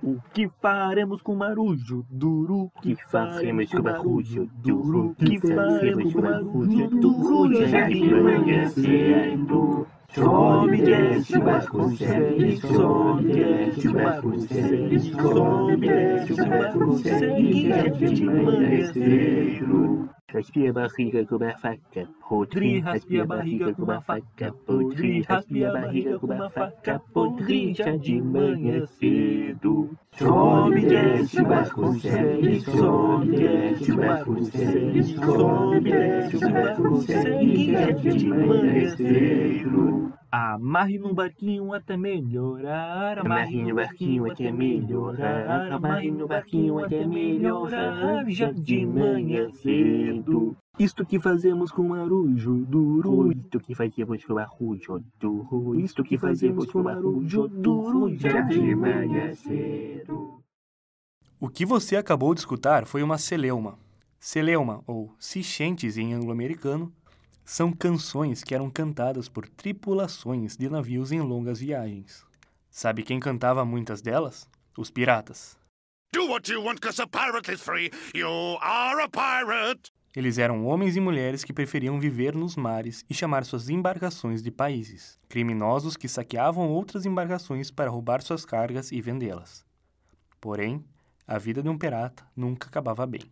O que faremos com Marujo Duru? O que faremos com Marujo Duru? O que faremos com Marujo Duru? Já de manhã cedo, sobe, desce, o barco segue, sobe, desce, o barco segue, sobe, desce, o barco segue, já de manhã cedo. Raspe a barriga com uma faca podre, raspe a barriga com uma faca podre, raspe a barriga com uma faca podre, já de manhã cedo. Sobe, desce, o barco segue, sobe, desce, o barco segue, sobe, desce, o barco segue, já de manhã cedo. Amarre no barquinho até melhorar, amarre no barquinho até melhorar, amarre no barquinho até melhorar, já de manhã cedo. Isto que fazemos com Marujo Duru, isto que fazemos com Marujo Duru, isto que fazemos com Marujo Duru, já de manhã cedo. O que você acabou de escutar foi uma celeuma. Celeuma, ou cichentes em anglo-americano, são canções que eram cantadas por tripulações de navios em longas viagens. Sabe quem cantava muitas delas? Os piratas. Do what you want, 'cause a pirate is free. You are a pirate. Eles eram homens e mulheres que preferiam viver nos mares e chamar suas embarcações de países. Criminosos que saqueavam outras embarcações para roubar suas cargas e vendê-las. Porém, a vida de um pirata nunca acabava bem.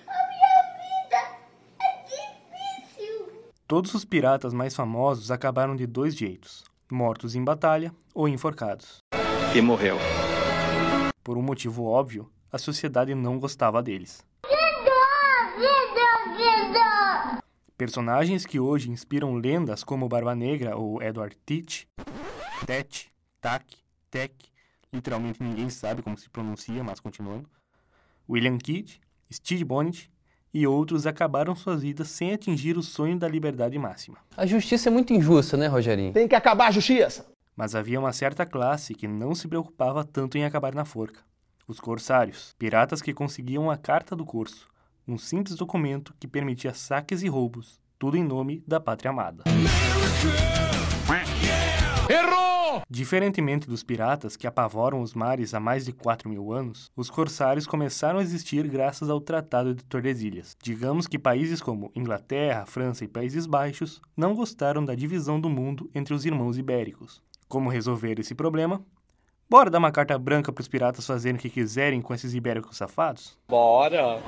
Todos os piratas mais famosos acabaram de dois jeitos: mortos em batalha ou enforcados. E morreu. Por um motivo óbvio, a sociedade não gostava deles. Personagens que hoje inspiram lendas como Barba Negra ou Edward Teach, Tech, literalmente ninguém sabe como se pronuncia, mas continuando, William Kidd, Stede Bonnet e outros acabaram suas vidas sem atingir o sonho da liberdade máxima. A justiça é muito injusta, né, Rogerinho? Tem que acabar a justiça! Mas havia uma certa classe que não se preocupava tanto em acabar na forca. Os corsários, piratas que conseguiam a Carta do Corso, um simples documento que permitia saques e roubos, tudo em nome da pátria amada. Errou! Diferentemente dos piratas que apavoram os mares há mais de 4.000 anos, os corsários começaram a existir graças ao Tratado de Tordesilhas. Digamos que países como Inglaterra, França e Países Baixos não gostaram da divisão do mundo entre os irmãos ibéricos. Como resolver esse problema? Bora dar uma carta branca para os piratas fazerem o que quiserem com esses ibéricos safados? Bora!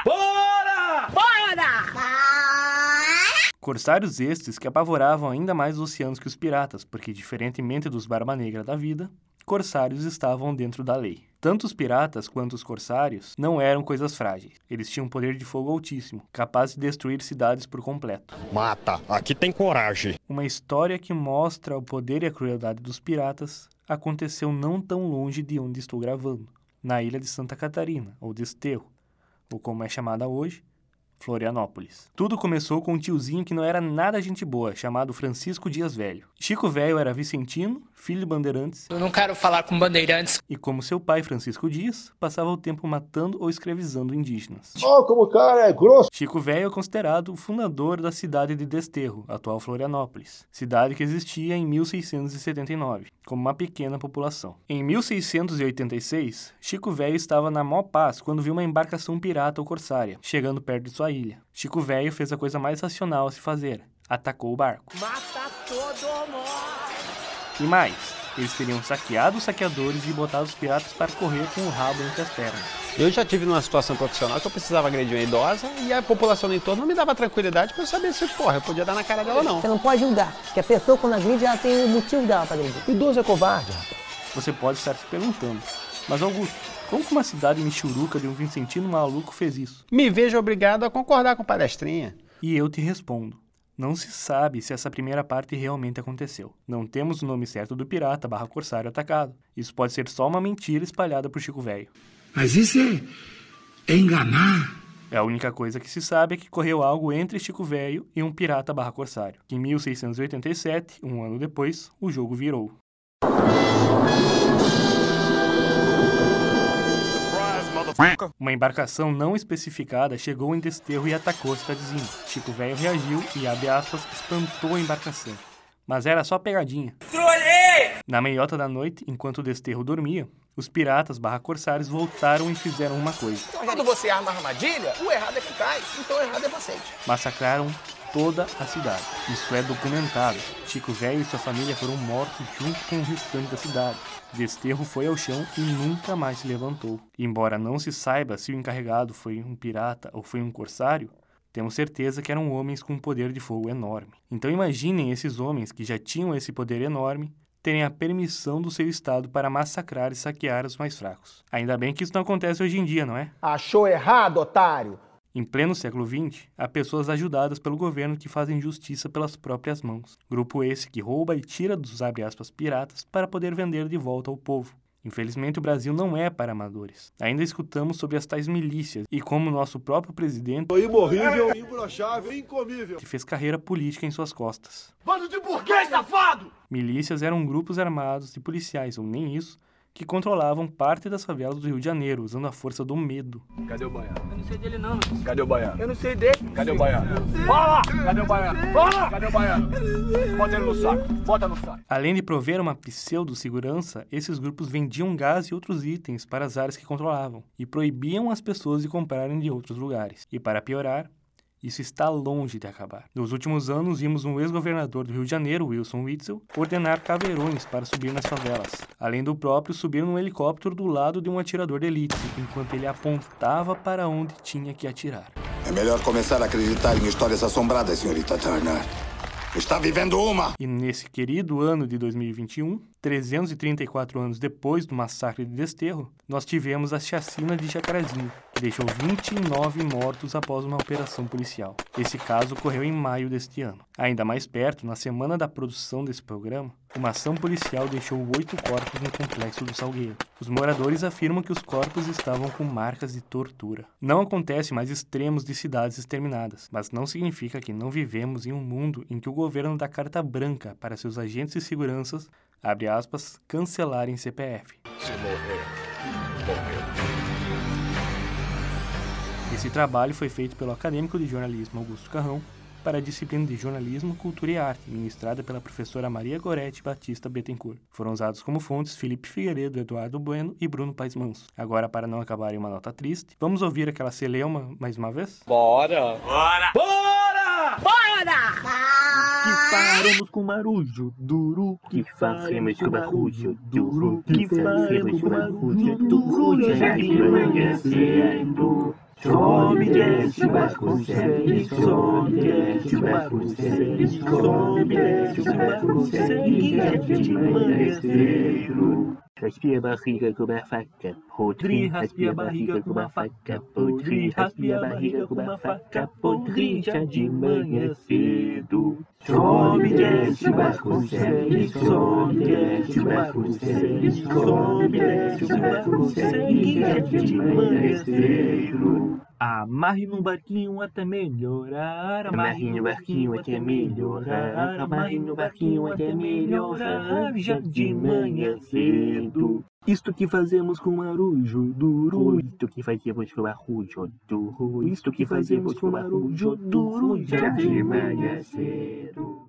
Corsários estes que apavoravam ainda mais os oceanos que os piratas, porque, diferentemente dos Barba Negra da vida, corsários estavam dentro da lei. Tanto os piratas quanto os corsários não eram coisas frágeis. Eles tinham um poder de fogo altíssimo, capaz de destruir cidades por completo. Mata, aqui tem coragem. Uma história que mostra o poder e a crueldade dos piratas aconteceu não tão longe de onde estou gravando, na ilha de Santa Catarina, ou Desterro, ou como é chamada hoje, Florianópolis. Tudo começou com um tiozinho que não era nada gente boa, chamado Francisco Dias Velho. Chico Velho era vicentino, filho de bandeirantes. Eu não quero falar com bandeirantes. E como seu pai, Francisco Dias, passava o tempo matando ou escravizando indígenas. Oh, como o cara é grosso! Chico Velho é considerado o fundador da cidade de Desterro, atual Florianópolis, cidade que existia em 1679, como uma pequena população. Em 1686, Chico Velho estava na maior paz quando viu uma embarcação pirata ou corsária, chegando perto de sua ilha. Chico Velho fez a coisa mais racional a se fazer: atacou o barco. Mata todo mundo! E mais, eles teriam saqueado os saqueadores e botado os piratas para correr com o rabo entre as pernas. Eu já tive numa situação profissional que eu precisava agredir uma idosa e a população do entorno não me dava tranquilidade para eu saber se, eu podia dar na cara dela ou não. Você não pode julgar, porque a pessoa quando agride, ela tem o motivo dela para agredir. O idoso é covarde. Você pode estar se perguntando, mas Augusto, como que uma cidade michuruca de um vicentino maluco fez isso? Me vejo obrigado a concordar com palestrinha. E eu te respondo. Não se sabe se essa primeira parte realmente aconteceu. Não temos o nome certo do pirata / corsário atacado. Isso pode ser só uma mentira espalhada por Chico Velho. Mas isso é enganar. A única coisa que se sabe é que correu algo entre Chico Velho e um pirata / corsário. Em 1687, um ano depois, o jogo virou. Uma embarcação não especificada chegou em Desterro e atacou a cidadezinha. Chico Velho reagiu e, abre aspas, espantou a embarcação. Mas era só pegadinha. Na meiota da noite, enquanto o Desterro dormia, os piratas /corsários voltaram e fizeram uma coisa. Quando você arma a armadilha, o errado é que cai, então o errado é vocês. Massacraram toda a cidade. Isso é documentado. Chico Velho e sua família foram mortos junto com o restante da cidade. Desterro foi ao chão e nunca mais se levantou. Embora não se saiba se o encarregado foi um pirata ou foi um corsário, temos certeza que eram homens com um poder de fogo enorme. Então imaginem esses homens que já tinham esse poder enorme terem a permissão do seu estado para massacrar e saquear os mais fracos. Ainda bem que isso não acontece hoje em dia, não é? Achou errado, otário? Em pleno século XX, há pessoas ajudadas pelo governo que fazem justiça pelas próprias mãos. Grupo esse que rouba e tira dos piratas para poder vender de volta ao povo. Infelizmente, o Brasil não é para amadores. Ainda escutamos sobre as tais milícias e como nosso próprio presidente, Imorrível, imbrochável, incomível. que fez carreira política em suas costas. Bando de burguês, safado! Milícias eram grupos armados de policiais, ou nem isso, que controlavam parte das favelas do Rio de Janeiro, usando a força do medo. Cadê o baiano? Eu não sei dele não. Cadê o baiano? Eu não sei dele. Cadê o baiano? Fala! Cadê o baiano? Fala! Cadê o baiano? Bota ele no saco, bota no saco. Além de prover uma pseudo-segurança, esses grupos vendiam gás e outros itens para as áreas que controlavam e proibiam as pessoas de comprarem de outros lugares. E para piorar, isso está longe de acabar. Nos últimos anos, vimos um ex-governador do Rio de Janeiro, Wilson Witzel, ordenar caveirões para subir nas favelas, além do próprio subir num helicóptero do lado de um atirador de elite, enquanto ele apontava para onde tinha que atirar. É melhor começar a acreditar em histórias assombradas, senhorita Turner. Está vivendo uma! E nesse querido ano de 2021, 334 anos depois do massacre de Desterro, nós tivemos a chacina de Jacarezinho, que deixou 29 mortos após uma operação policial. Esse caso ocorreu em maio deste ano. Ainda mais perto, na semana da produção desse programa, uma ação policial deixou 8 corpos no Complexo do Salgueiro. Os moradores afirmam que os corpos estavam com marcas de tortura. Não acontece mais extremos de cidades exterminadas, mas não significa que não vivemos em um mundo em que o governo dá carta branca para seus agentes de seguranças, abre aspas, cancelarem CPF. Se morrer, morreu. Esse trabalho foi feito pelo acadêmico de jornalismo Augusto Carrão para a disciplina de Jornalismo, Cultura e Arte, ministrada pela professora Maria Gorete Batista Bettencourt. Foram usados como fontes Felipe Figueiredo, Eduardo Bueno e Bruno Paes Manso. Agora, para não acabar em uma nota triste, vamos ouvir aquela celeuma mais uma vez? Bora! Bora! Bora! Que faremos com Marujo? Duro. Que faremos com Marujo? Duro. Que faremos com Marujo? Duro. Já de manhã cedo. Sobe, desce, o barco segue. Sobe, desce, o barco segue. Sobe, desce, o barco segue. Já de manhã cedo. Raspe a barriga com uma faca, podre. Raspe a barriga com uma faca, podre. Raspe a barriga com uma faca, podre. Já de manhã cedo. Sobe, desce, o barco segue. Sobe, desce, o barco segue. Sobe, desce, o barco segue. Já de manhã cedo. Amarre no barquinho até melhorar. Amarre no barquinho até melhorar. Amarre no barquinho até melhorar. Já de manhã cedo. Isto que fazemos com Marujo Duro. Isto que fazemos com Marujo Duro. Isto que fazemos com Marujo Duro. Já de manhã cedo.